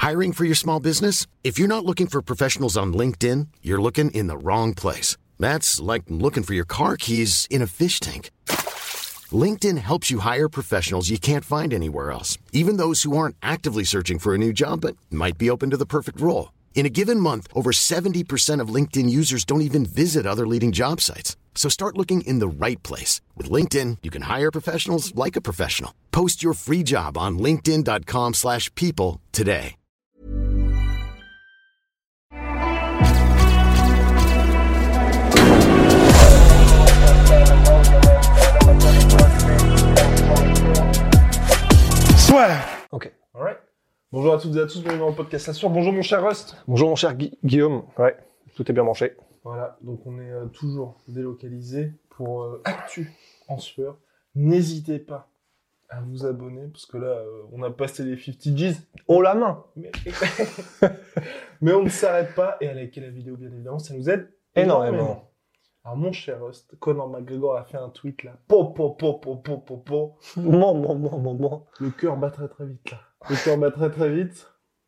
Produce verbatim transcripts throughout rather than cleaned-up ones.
Hiring for your small business? If you're not looking for professionals on LinkedIn, you're looking in the wrong place. That's like looking for your car keys in a fish tank. LinkedIn helps you hire professionals you can't find anywhere else, even those who aren't actively searching for a new job but might be open to the perfect role. In a given month, over seventy percent of LinkedIn users don't even visit other leading job sites. So start looking in the right place. With LinkedIn, you can hire professionals like a professional. Post your free job on linkedin.com slash people today. Ouais. Ok. Alright. Bonjour à toutes et à tous, bienvenue dans le podcast La Sueur. Bonjour mon cher Rust. Bonjour mon cher Gu- Guillaume. Ouais, tout est bien branché. Voilà, donc on est euh, toujours délocalisé pour euh, Actu en sueur. N'hésitez pas à vous abonner parce que là, euh, on a passé les cinquante G's. Oh la main. Mais, mais on ne s'arrête pas et à liker la vidéo bien évidemment, ça nous aide Énormément. énormément. Alors mon cher Rust, Conor McGregor a fait un tweet là. Po po po po po po po. Bon, bon, bon, bon, bon. Le cœur bat très très vite là. Le cœur bat très très vite.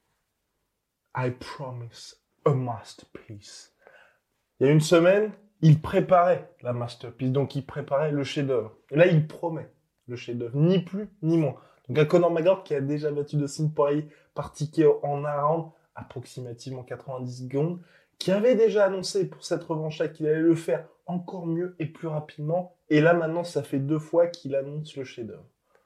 I promise a masterpiece. Il y a une semaine, il préparait la masterpiece, donc il préparait le chef-d'œuvre. Et là, il promet le chef-d'œuvre, ni plus ni moins. Donc un Conor McGregor qui a déjà battu Dustin Poirier par ticket en un round, approximativement quatre-vingt-dix secondes, qui avait déjà annoncé pour cette revanche-là qu'il allait le faire encore mieux et plus rapidement. Et là, maintenant, ça fait deux fois qu'il annonce le chef-d'œuvre.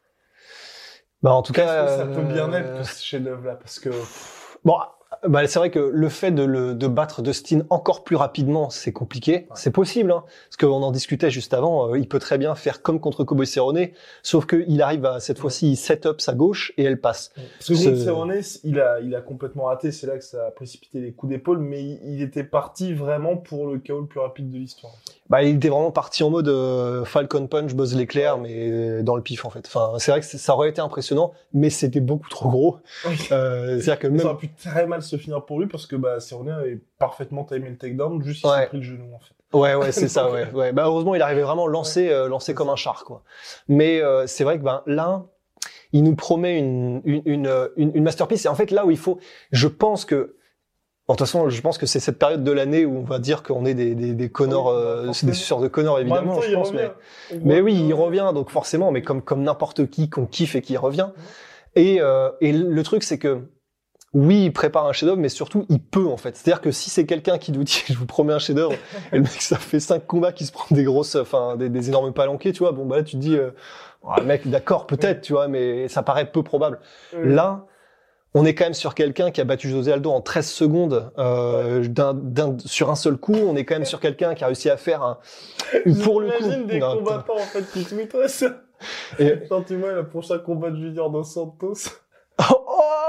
Bah en tout Qu'est-ce cas, que ça peut bien euh, être que ce chef-d'œuvre-là, parce que bon, bah c'est vrai que le fait de le de battre Dustin encore plus rapidement, c'est compliqué. Ouais. C'est possible, hein, parce qu'on en discutait juste avant. Euh, il peut très bien faire comme contre Cowboy Cerrone, sauf que il arrive à cette ouais. fois-ci, il set up sa gauche et elle passe. Ouais. Parce que contre Ce... Cerrone, il a il a complètement raté. C'est là que ça a précipité les coups d'épaule, mais il, il était parti vraiment pour le K O le plus rapide de l'histoire. Bah, il était vraiment parti en mode euh, Falcon Punch, Buzz l'éclair, mais dans le pif en fait. Enfin, c'est vrai que ça aurait été impressionnant, mais c'était beaucoup trop gros. Oui. Euh, c'est-à-dire que même... ça aurait pu très mal se finir pour lui parce que bah Cerrone avait parfaitement timé le takedown, juste il ouais. s'est pris le genou en fait. Ouais, ouais, c'est ça. Ouais, ouais. Bah heureusement, il arrivait vraiment lancé, ouais. euh, lancé comme un char, quoi. Mais euh, c'est vrai que ben là, il nous promet une une une une, une masterpiece. Et en fait, là où il faut, je pense que Bon, de toute façon, je pense que c'est cette période de l'année où on va dire qu'on est des des des Connors, oui, euh, c'est des suceurs de Connors évidemment, temps, je pense. Mais, mais oui, il revient donc forcément, mais comme comme n'importe qui qu'on kiffe et qui revient. Et euh, et le truc c'est que oui, il prépare un chef-d'œuvre, mais surtout il peut en fait. C'est-à-dire que si c'est quelqu'un qui nous dit je vous promets un chef-d'œuvre, et le mec ça fait cinq combats qui se prend des grosses, enfin des, des énormes palanqués, tu vois. Bon bah là tu te dis, euh, oh, mec, d'accord peut-être, tu vois, mais ça paraît peu probable. Oui. Là. On est quand même sur quelqu'un qui a battu José Aldo en treize secondes euh, d'un, d'un, sur un seul coup. On est quand même sur quelqu'un qui a réussi à faire un... Pour le coup... J'imagine des non, combattants en fait qui tweetaient ça. Et... Genre tu vois le prochain combat de Junior Dos Santos. Oh,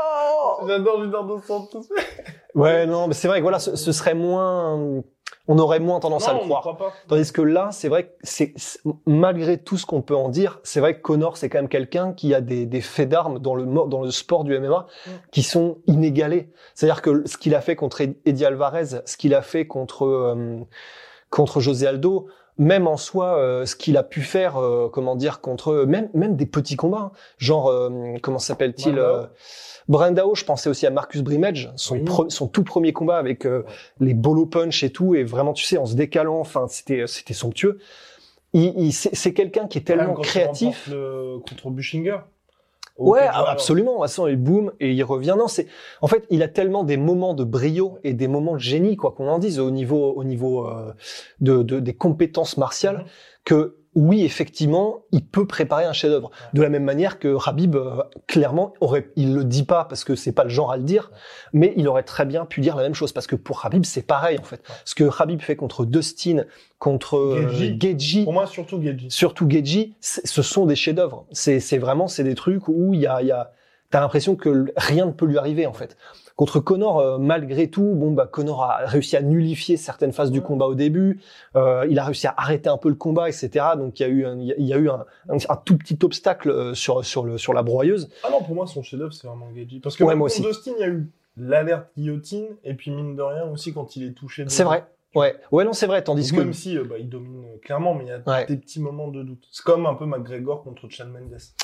oh J'adore Junior Dos Santos. Ouais, non, mais c'est vrai que voilà, ce, ce serait moins... On aurait moins tendance non, à le croire. On pas. Tandis que là, c'est vrai que c'est, c'est malgré tout ce qu'on peut en dire, c'est vrai que Conor, c'est quand même quelqu'un qui a des, des faits d'armes dans le dans le sport du M M A mm. qui sont inégalés. C'est-à-dire que ce qu'il a fait contre Eddie Alvarez, ce qu'il a fait contre euh, contre José Aldo, même en soi, euh, ce qu'il a pu faire, euh, comment dire, contre même même des petits combats, hein, genre euh, comment s'appelle-t-il euh, Brandao, je pensais aussi à Marcus Brimage, son, oui. pre- son tout premier combat avec euh, ouais. les bolo punch et tout, et vraiment, tu sais, en se décalant, enfin, c'était, c'était somptueux. Il, il, c'est, c'est quelqu'un qui est tellement quand créatif. Il le, contre Bushinger. Ouais, absolument. À il boum et il revient. Non, c'est en fait, il a tellement des moments de brio et des moments de génie, quoi qu'on en dise, au niveau, au niveau euh, de, de des compétences martiales, mm-hmm. que oui, effectivement, il peut préparer un chef-d'œuvre. Ouais. De la même manière que Khabib, euh, clairement, aurait, il le dit pas parce que c'est pas le genre à le dire, ouais. mais il aurait très bien pu dire la même chose parce que pour Khabib, c'est pareil, en fait. Ouais. Ce que Khabib fait contre Dustin, contre euh, Gaethje. Pour moi, surtout Gaethje. Surtout Gaethje, ce sont des chefs-d'œuvre. C'est, c'est vraiment, c'est des trucs où il y a, il y a, t'as l'impression que rien ne peut lui arriver, en fait. Contre Conor, euh, malgré tout, bon bah Conor a réussi à nullifier certaines phases du combat au début. Euh, il a réussi à arrêter un peu le combat, et cetera. Donc il y a eu, un, il y a eu un, un, un tout petit obstacle sur sur le sur la broyeuse. Ah non, pour moi son chef-d'œuvre c'est vraiment Gaethje. Parce que ouais, même moi pour aussi. Dustin, il y a eu l'alerte guillotine et puis mine de rien aussi quand il est touché. C'est vrai. Ouais, ouais non c'est vrai. Tandis donc, que même si euh, bah, il domine clairement, mais il y a ouais. des petits moments de doute. C'est comme un peu McGregor contre Shawn Mendes.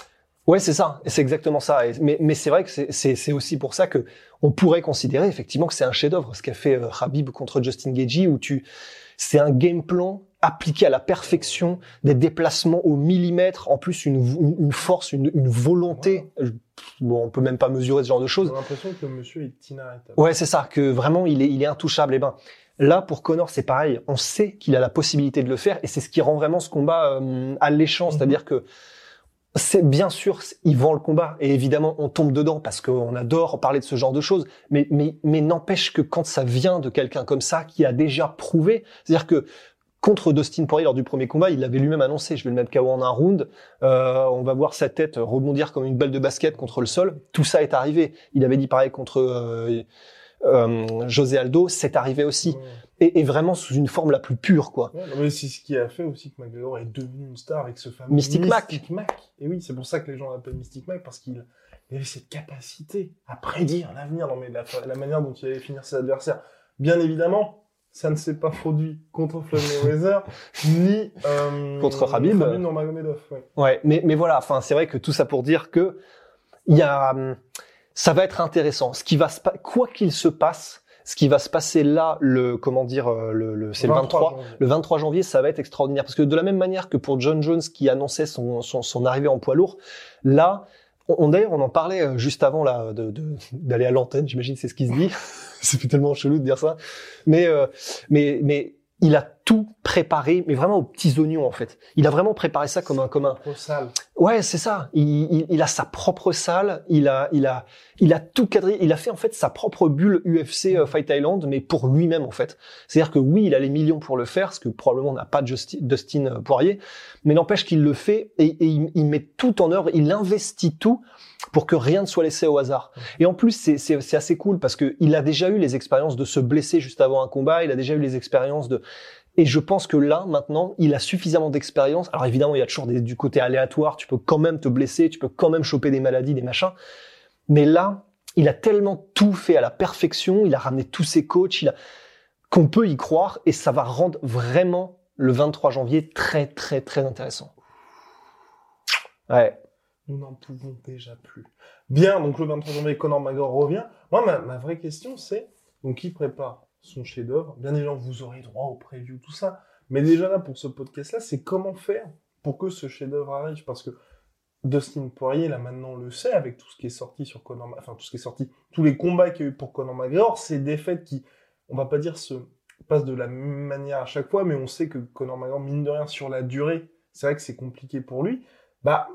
Ouais, c'est ça. Et c'est exactement ça. Et, mais, mais c'est vrai que c'est, c'est, c'est aussi pour ça que on pourrait considérer effectivement que c'est un chef-d'œuvre, ce qu'a fait euh, Khabib contre Justin Gaethje, où tu, c'est un game plan appliqué à la perfection, des déplacements au millimètre, en plus une, une, une force, une, une volonté. Ouais. Bon, on peut même pas mesurer ce genre de choses. J'ai l'impression que monsieur est inarrêtable. Ouais, c'est ça, que vraiment il est, il est intouchable. Et ben, là pour Conor, c'est pareil. On sait qu'il a la possibilité de le faire, et c'est ce qui rend vraiment ce combat euh, alléchant, mm-hmm. C'est-à-dire que c'est bien sûr, il vend le combat, et évidemment on tombe dedans parce qu'on adore parler de ce genre de choses, mais mais mais n'empêche que quand ça vient de quelqu'un comme ça qui a déjà prouvé, c'est-à-dire que contre Dustin Poirier lors du premier combat, il l'avait lui-même annoncé, je vais le mettre K O en un round, euh, on va voir sa tête rebondir comme une balle de basket contre le sol. Tout ça est arrivé. Il avait dit pareil contre euh, euh, José Aldo, c'est arrivé aussi. Ouais. Et, et vraiment sous une forme la plus pure, quoi. Ouais, mais c'est ce qui a fait aussi que McGregor est devenu une star avec ce fameux Mystic, Mystic Mac. Mac. Et oui, c'est pour ça que les gens l'appellent Mystic Mac, parce qu'il avait cette capacité à prédire l'avenir, non mais la, la manière dont il allait finir ses adversaires. Bien évidemment, ça ne s'est pas produit contre Floyd Mayweather, ni euh, contre Khabib. Khabib Nurmagomedov. Ouais. ouais, mais mais voilà, enfin c'est vrai que tout ça pour dire que il y a, ça va être intéressant. Ce qui va se, quoi qu'il se passe. Ce qui va se passer là, le comment dire, le, le c'est le vingt-trois, janvier. le vingt-trois janvier, ça va être extraordinaire parce que de la même manière que pour John Jones qui annonçait son son, son arrivée en poids lourd, là, on, on d'ailleurs on en parlait juste avant là de, de d'aller à l'antenne, j'imagine c'est ce qui se dit. C'est tellement chelou de dire ça, mais euh, mais mais il a tout préparé, mais vraiment aux petits oignons en fait. Il a vraiment préparé ça comme un comme un. Salle. Ouais, c'est ça. Il, il, il a sa propre salle. Il a il a il a tout cadré. Il a fait en fait sa propre bulle U F C euh, Fight Island, mais pour lui-même en fait. C'est-à-dire que oui, il a les millions pour le faire, ce que probablement n'a pas Justin, Dustin Poirier, mais n'empêche qu'il le fait et, et il, il met tout en œuvre. Il investit tout pour que rien ne soit laissé au hasard. Et en plus, c'est c'est c'est assez cool parce que il a déjà eu les expériences de se blesser juste avant un combat. Il a déjà eu les expériences de Et je pense que là, maintenant, il a suffisamment d'expérience. Alors évidemment, il y a toujours des, du côté aléatoire. Tu peux quand même te blesser, tu peux quand même choper des maladies, des machins. Mais là, il a tellement tout fait à la perfection. Il a ramené tous ses coachs. Il a qu'on peut y croire et ça va rendre vraiment le vingt-trois janvier très très très intéressant. Ouais. Nous n'en pouvons déjà plus. Bien, donc le vingt-trois janvier, Conor McGregor revient. Moi, ma, ma vraie question, c'est donc qui prépare son chef-d'œuvre. Bien évidemment, vous aurez droit au preview, tout ça. Mais déjà là, pour ce podcast-là, c'est comment faire pour que ce chef-d'œuvre arrive. Parce que Dustin Poirier, là maintenant, on le sait, avec tout ce qui est sorti sur Conor, enfin tout ce qui est sorti, tous les combats qu'il y a eu pour Conor McGregor, c'est des défaites qui, on va pas dire se passent de la même manière à chaque fois, mais on sait que Conor McGregor, mine de rien, sur la durée, c'est vrai que c'est compliqué pour lui. Bah,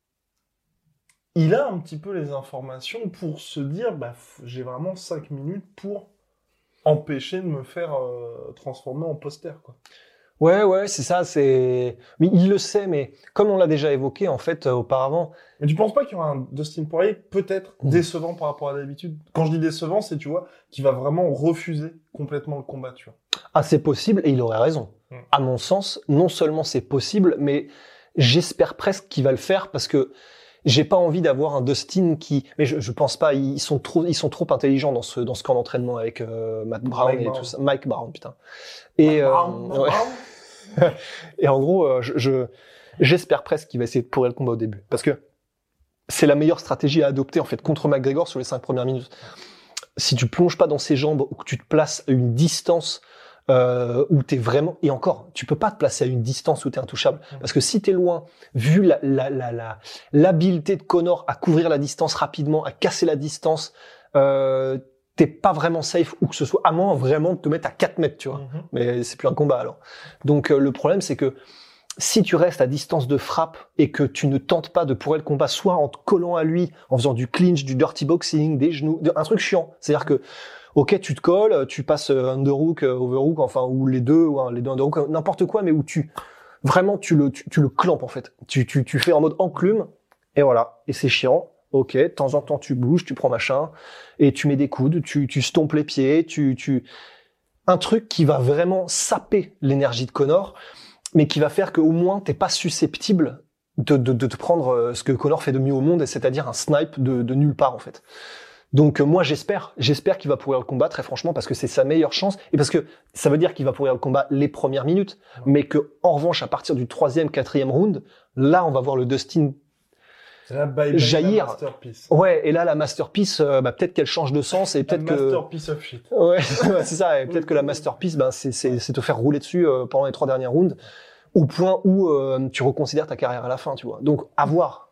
il a un petit peu les informations pour se dire, bah, j'ai vraiment cinq minutes pour empêcher de me faire euh, transformer en poster, quoi. Ouais, ouais, c'est ça, c'est... Mais il le sait, mais comme on l'a déjà évoqué, en fait, euh, auparavant... Mais tu penses pas qu'il y aura un Dustin Poirier peut-être mmh. décevant par rapport à d'habitude? Quand je dis décevant, c'est, tu vois, qu'il va vraiment refuser complètement le combat, tu vois. Ah, c'est possible, et il aurait raison. Mmh. À mon sens, non seulement c'est possible, mais j'espère presque qu'il va le faire, parce que j'ai pas envie d'avoir un Dustin qui, mais je, je pense pas, ils sont trop, ils sont trop intelligents dans ce dans ce camp d'entraînement avec euh, Matt Brown Mike et Brown. Tout ça, Mike Brown, putain. Et euh, Brown, ouais. Brown. Et en gros, euh, je, je j'espère presque qu'il va essayer de pourrir le combat au début, parce que c'est la meilleure stratégie à adopter en fait contre McGregor sur les cinq premières minutes. Si tu plonges pas dans ses jambes ou que tu te places à une distance Euh, où t'es vraiment, et encore, tu peux pas te placer à une distance où t'es intouchable, parce que si t'es loin, vu la, la, la, la, l'habileté de Conor à couvrir la distance rapidement, à casser la distance, euh, t'es pas vraiment safe où que ce soit, à moins vraiment de te mettre à quatre mètres, tu vois. Mm-hmm. Mais c'est plus un combat alors. Donc euh, le problème c'est que si tu restes à distance de frappe et que tu ne tentes pas de pourrir le combat, soit en te collant à lui, en faisant du clinch, du dirty boxing, des genoux, un truc chiant, c'est-à-dire que ok, tu te colles, tu passes underhook, overhook, enfin, ou les deux, ou hein, les deux underhook, n'importe quoi, mais où tu, vraiment, tu le, tu, tu le clampes, en fait. Tu, tu, tu fais en mode enclume, et voilà. Et c'est chiant. Ok, de temps en temps, tu bouges, tu prends machin, et tu mets des coudes, tu, tu stompes les pieds, tu, tu, un truc qui va vraiment saper l'énergie de Conor, mais qui va faire qu'au moins, t'es pas susceptible de, de, de te prendre ce que Conor fait de mieux au monde, c'est-à-dire un snipe de, de nulle part, en fait. Donc euh, moi j'espère, j'espère qu'il va pourrir le combat très franchement parce que c'est sa meilleure chance et parce que ça veut dire qu'il va pourrir le combat les premières minutes, mais que en revanche à partir du troisième, quatrième round, là on va voir le Dustin C'est là, bye bye, jaillir. La masterpiece. Ouais, et là, la masterpiece, euh, bah, peut-être qu'elle change de sens et peut-être la que... masterpiece of shit. Ouais, c'est ça. Et peut-être que la masterpiece, ben, c'est, c'est, c'est te faire rouler dessus euh, pendant les trois dernières rounds, au point où euh, tu reconsidères ta carrière à la fin, tu vois. Donc, à voir.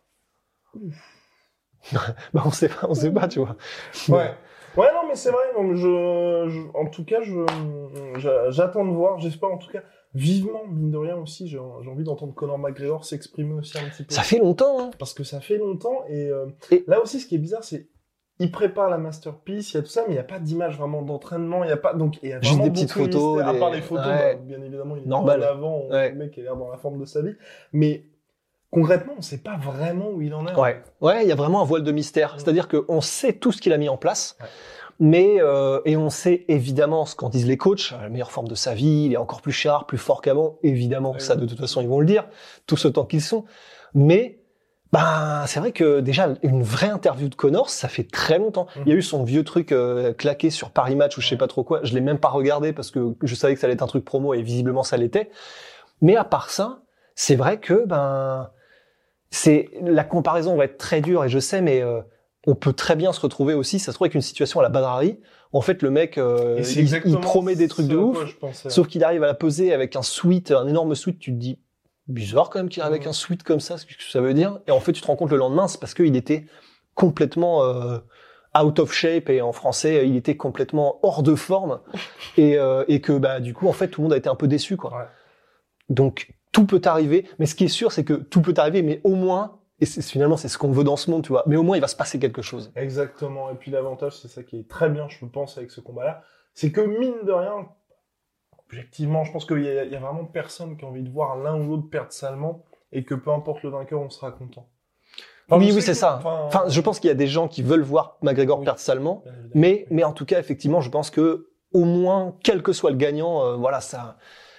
bah, on sait pas, on sait pas, tu vois. Ouais. Ouais, non, mais c'est vrai. Donc je, je, en tout cas, je, je, j'attends de voir. J'espère, en tout cas, vivement, mine de rien aussi, j'ai, j'ai envie d'entendre Conor McGregor s'exprimer aussi un petit peu. Ça fait longtemps, hein. Parce que ça fait longtemps. Et, euh, et là aussi, ce qui est bizarre, c'est il prépare la masterpiece, il y a tout ça, mais il n'y a pas d'image vraiment d'entraînement. Il y a pas donc il y a juste vraiment des petites photos, mystère, des... à part les photos. Ouais. Bah, bien évidemment, il est normal. en avant. Ouais. Le mec a l'air dans la forme de sa vie, mais concrètement, on ne sait pas vraiment où il en est. Ouais, ouais, il y a vraiment un voile de mystère. Ouais. C'est-à-dire qu'on sait tout ce qu'il a mis en place, ouais. mais euh, et on sait évidemment ce qu'en disent les coachs, la meilleure forme de sa vie, il est encore plus cher, plus fort qu'avant. Évidemment, ouais, ça de toute façon ils vont le dire, tout ce temps qu'ils sont. Mais ben c'est vrai que déjà une vraie interview de Conor, ça fait très longtemps. Mmh. Il y a eu son vieux truc euh, claqué sur Paris Match ou je sais pas trop quoi. Je l'ai même pas regardé parce que je savais que ça allait être un truc promo et visiblement ça l'était. Mais à part ça, c'est vrai que ben c'est la comparaison va être très dure et je sais, mais euh, on peut très bien se retrouver aussi. Ça se trouve avec une situation à la Badrari. En fait, le mec, euh, il, il promet des trucs de ouf, sauf qu'il arrive à la poser avec un sweat, un énorme sweat. Tu te dis bizarre quand même qu'il arrive avec un sweat comme ça, ce que ça veut dire. Et en fait, tu te rends compte le lendemain, c'est parce qu'il était complètement euh, out of shape et en français, il était complètement hors de forme et, euh, et que bah du coup, en fait, tout le monde a été un peu déçu, quoi. Ouais. Donc tout peut arriver, mais ce qui est sûr, c'est que tout peut arriver, mais au moins, et c'est, finalement, c'est ce qu'on veut dans ce monde, tu vois, mais au moins, il va se passer quelque chose. Exactement. Et puis l'avantage, c'est ça qui est très bien, je pense, avec ce combat-là, c'est que mine de rien, objectivement, je pense qu'il y a, il y a vraiment personne qui a envie de voir l'un ou l'autre perdre salement, et que peu importe le vainqueur, on sera content. Enfin, oui, oui, c'est que, ça. Enfin, enfin, je pense qu'il y a des gens qui veulent voir McGregor oui, perdre salement, mais, oui. mais en tout cas, effectivement, je pense que au moins, quel que soit le gagnant, euh, voilà, ça...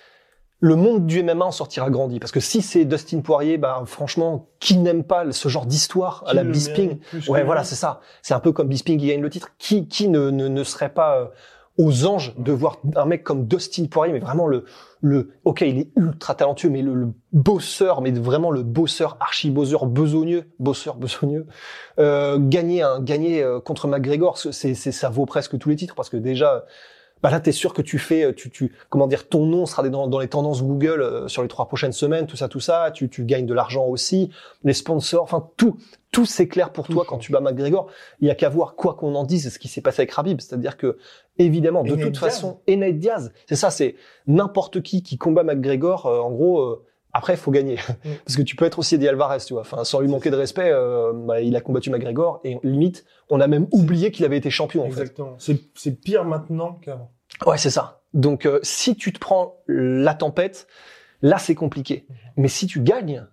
Le monde du M M A en sortira grandi. Parce que si c'est Dustin Poirier, bah, franchement, qui n'aime pas ce genre d'histoire à la Bisping? Ouais, voilà, c'est ça. C'est un peu comme Bisping qui gagne le titre. Qui, qui ne, ne, ne serait pas euh, aux anges de voir un mec comme Dustin Poirier, mais vraiment le, le, ok, il est ultra talentueux, mais le, le bosseur, mais vraiment le bosseur, archi-bosseur, besogneux, bosseur, besogneux, euh, gagner un, gagner euh, contre McGregor, c'est, c'est, ça vaut presque tous les titres parce que déjà, bah là, t'es sûr que tu fais, tu, tu, comment dire, ton nom sera dans, dans les tendances Google euh, sur les trois prochaines semaines, tout ça, tout ça. Tu, tu gagnes de l'argent aussi, les sponsors, enfin tout, tout s'éclaire pour tout toi quand tu bats McGregor. Il y a qu'à voir quoi qu'on en dise, ce qui s'est passé avec Khabib, c'est-à-dire que évidemment, de et toute façon, et Nate Diaz, c'est ça, c'est n'importe qui qui combat McGregor, euh, en gros. Euh, Après, il faut gagner. Mm. Parce que tu peux être aussi Eddie Alvarez, tu vois. Enfin, sans lui manquer de respect, euh, bah, il a combattu McGregor et limite, on a même oublié qu'il avait été champion, en Exactement. fait. Exactement. C'est, c'est pire maintenant qu'avant. Ouais, c'est ça. Donc, euh, si tu te prends la tempête, là, c'est compliqué. Mm. Mais si tu gagnes,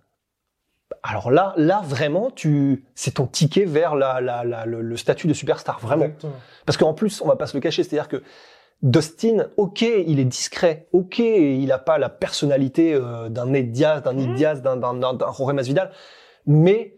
alors là, là, vraiment, tu, c'est ton ticket vers la, la, la, le, le statut de superstar, vraiment. Exactement. Parce qu'en plus, on va pas se le cacher, c'est-à-dire que Dustin, ok, il est discret, ok, il a pas la personnalité euh, d'un Nate Diaz, d'un Nick Diaz, d'un, d'un, d'un, d'un Jorge Masvidal, mais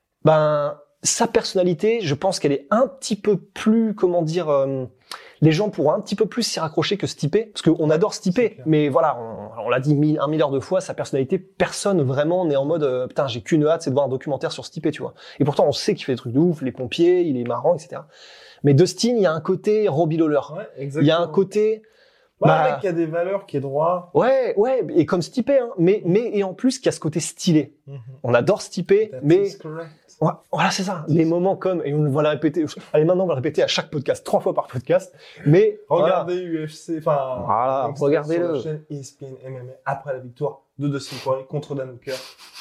ben sa personnalité, je pense qu'elle est un petit peu plus, comment dire, euh, les gens pourront un petit peu plus s'y raccrocher que Stipe, parce qu'on adore Stipe, mais voilà, on, on l'a dit mille, un milliard de fois, sa personnalité, personne vraiment n'est en mode euh, putain, j'ai qu'une hâte, c'est de voir un documentaire sur Stipe, tu vois. Et pourtant, on sait qu'il fait des trucs de ouf, les pompiers, il est marrant, et cetera. Mais Dustin, il y a un côté Robbie Lawler. Ouais, exactement. Il y a un côté... Ouais, bah, un mec qui a des valeurs, qui est droit. Ouais, ouais, et comme Stipe, hein. Mais, mais, et en plus, qui a ce côté stylé. Mm-hmm. On adore Stipe, That mais... Ouais, voilà, c'est ça. Les moments comme, et on va le répéter, allez, maintenant, on va le répéter à chaque podcast, trois fois par podcast. Mais... Regardez voilà. U F C, enfin... Voilà, regardez-le. Sur la chaîne E S P N M M A, après la victoire de Dustin Poirier contre Dan Hooker.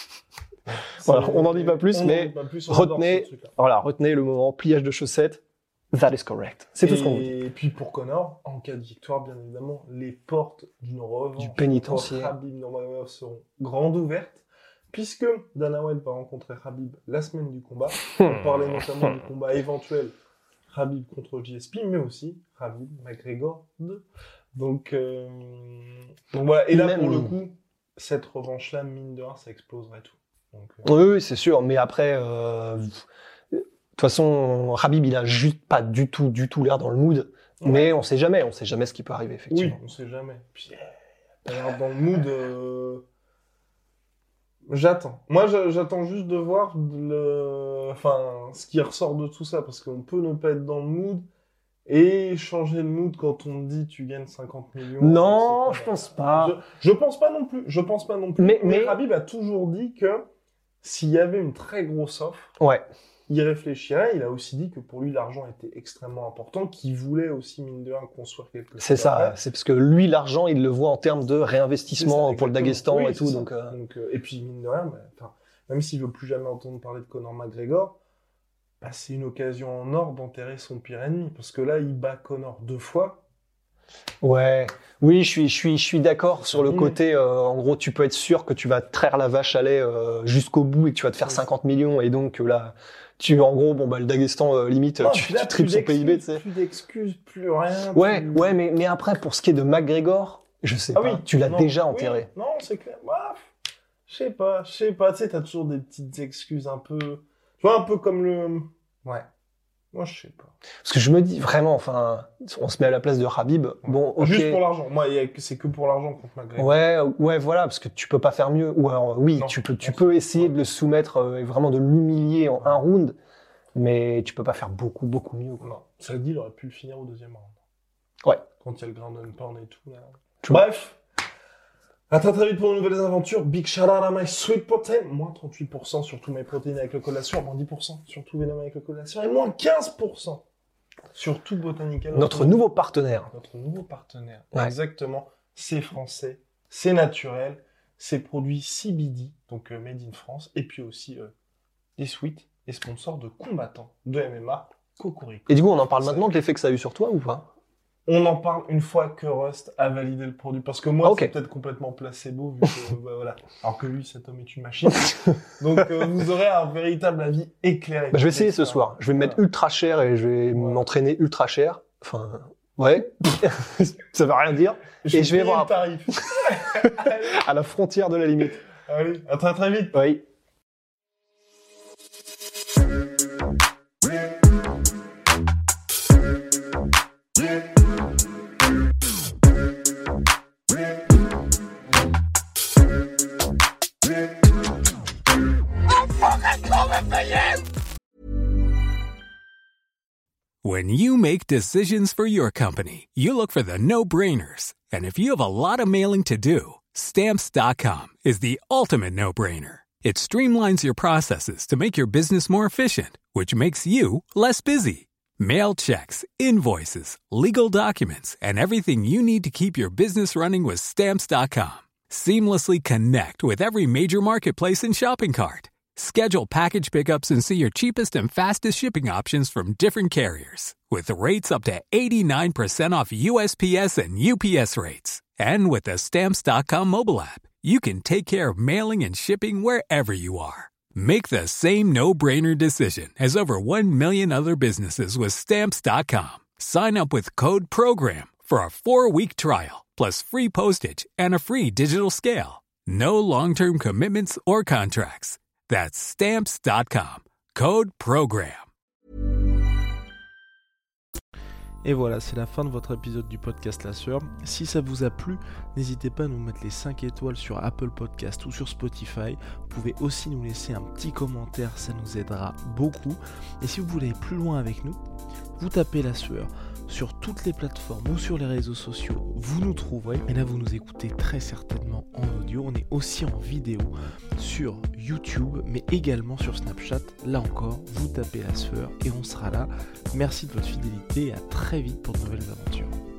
Voilà, on n'en dit pas plus, mais pas plus, retenez, voilà, retenez le moment pliage de chaussettes. That is correct. C'est et tout ce qu'on veut dire. Et puis pour Conor, en cas de victoire, bien évidemment, les portes d'une revanche du pénitencier Khabib Nurmagomedov seront grandes ouvertes, puisque Dana White va rencontrer Khabib la semaine du combat. On parlait notamment du combat éventuel Khabib contre G S P, mais aussi Khabib McGregor deux. Donc, euh... donc voilà. Et là, même... pour le coup, cette revanche-là, mine de rien, ça exploserait tout. Donc, euh... Oui, oui, c'est sûr. Mais après. Euh... De toute façon, Khabib, il a juste pas du tout, du tout l'air dans le mood. Ouais. Mais on sait jamais, on sait jamais ce qui peut arriver, effectivement. Oui, on sait jamais. Puis, il a l'air dans le mood, euh... J'attends. Moi, je, j'attends juste de voir le, enfin, ce qui ressort de tout ça, parce qu'on peut ne pas être dans le mood et changer le mood quand on te dit tu gagnes cinquante millions. Non, je pense pas. Je, je pense pas non plus. Je pense pas non plus. Mais, mais, mais... Habib a toujours dit que s'il y avait une très grosse offre, ouais. il réfléchirait. Il a aussi dit que pour lui, l'argent était extrêmement important, qu'il voulait aussi, mine de rien, construire quelque chose. C'est ça. Après. C'est parce que lui, l'argent, il le voit en termes de réinvestissement ça, pour le Daghestan oui, et tout. Donc, euh... donc euh, et puis, mine de rien, bah, même s'il veut plus jamais entendre parler de Conor McGregor, bah, c'est une occasion en or d'enterrer son pire ennemi. Parce que là, il bat Conor deux fois. Ouais. Oui, je suis, je suis, je suis d'accord sur le mmh. côté, euh, en gros, tu peux être sûr que tu vas traire la vache à lait euh, jusqu'au bout et que tu vas te faire oui. cinquante millions et donc euh, là, tu, en gros, bon, bah, le Daghestan, euh, limite, non, tu, là, tu triples son P I B, tu sais. Plus d'excuses, plus rien. Ouais, plus... ouais, mais, mais après, pour ce qui est de McGregor, je sais ah, pas, oui. tu l'as non, déjà enterré. Oui. Non, c'est clair. Bah, je sais pas, je sais pas, tu sais, t'as toujours des petites excuses un peu, tu vois, un peu comme le, ouais. Moi, je sais pas. Parce que je me dis vraiment, enfin, on se met à la place de Habib. Ouais. Bon, ok. Juste pour l'argent. Moi, y a, c'est que pour l'argent contre McGregor. Ouais, ouais, voilà, parce que tu peux pas faire mieux. Ou alors, oui, non, tu peux, tu peux essayer ouais. de le soumettre euh, et vraiment de l'humilier en ouais. un round, mais tu peux pas faire beaucoup, beaucoup mieux. Quoi. Non. Ça dit, il aurait pu le finir au deuxième round. Ouais. Quand il y a le ground and pound et tout là. True. Bref. À très très vite pour de nouvelles aventures. Big shout out à my sweet protein. Moins trente-huit pour cent sur tous mes protéines avec le collation. Moins dix pour cent sur tout Venom avec le collation. Et moins quinze pour cent sur tout Botanical. Notre nouveau partenaire. Notre nouveau partenaire. Ouais. Exactement. C'est français. C'est naturel. C'est produit C B D. Donc euh, made in France. Et puis aussi euh, des sweets. Et sponsor de combattants de M M A. Cocorico. Et du coup, on en parle maintenant de l'effet que ça a eu sur toi ou pas? On en parle une fois que Rust a validé le produit. Parce que moi, okay. c'est peut-être complètement placebo, vu que, bah, voilà. Alors que lui, cet homme est une machine. Donc, euh, vous aurez un véritable avis éclairé. Bah, je vais essayer ce soir. Je vais me mettre voilà. ultra cher et je vais voilà. m'entraîner ultra cher. Enfin, ouais. Ça veut rien dire. Je et je vais voir le tarif. à la frontière de la limite. Allez, à très très vite. Oui. When you make decisions for your company, you look for the no-brainers. And if you have a lot of mailing to do, Stamps dot com is the ultimate no-brainer. It streamlines your processes to make your business more efficient, which makes you less busy. Mail checks, invoices, legal documents, and everything you need to keep your business running with Stamps dot com. Seamlessly connect with every major marketplace and shopping cart. Schedule package pickups and see your cheapest and fastest shipping options from different carriers. With rates up to eighty-nine percent off U S P S and U P S rates. And with the Stamps dot com mobile app, you can take care of mailing and shipping wherever you are. Make the same no-brainer decision as over one million other businesses with Stamps dot com. Sign up with code PROGRAM for a four-week trial, plus free postage and a free digital scale. No long-term commitments or contracts. That's Stamps dot com. Code PROGRAM. Et voilà, c'est la fin de votre épisode du podcast La Sueur. Si ça vous a plu, n'hésitez pas à nous mettre les cinq étoiles sur Apple Podcast ou sur Spotify. Vous pouvez aussi nous laisser un petit commentaire, ça nous aidera beaucoup. Et si vous voulez aller plus loin avec nous, vous tapez La Sueur sur toutes les plateformes ou sur les réseaux sociaux, vous nous trouverez. Et là, vous nous écoutez très certainement en audio. On est aussi en vidéo sur YouTube, mais également sur Snapchat. Là encore, vous tapez La Sueur et on sera là. Merci de votre fidélité et à très vite pour de nouvelles aventures.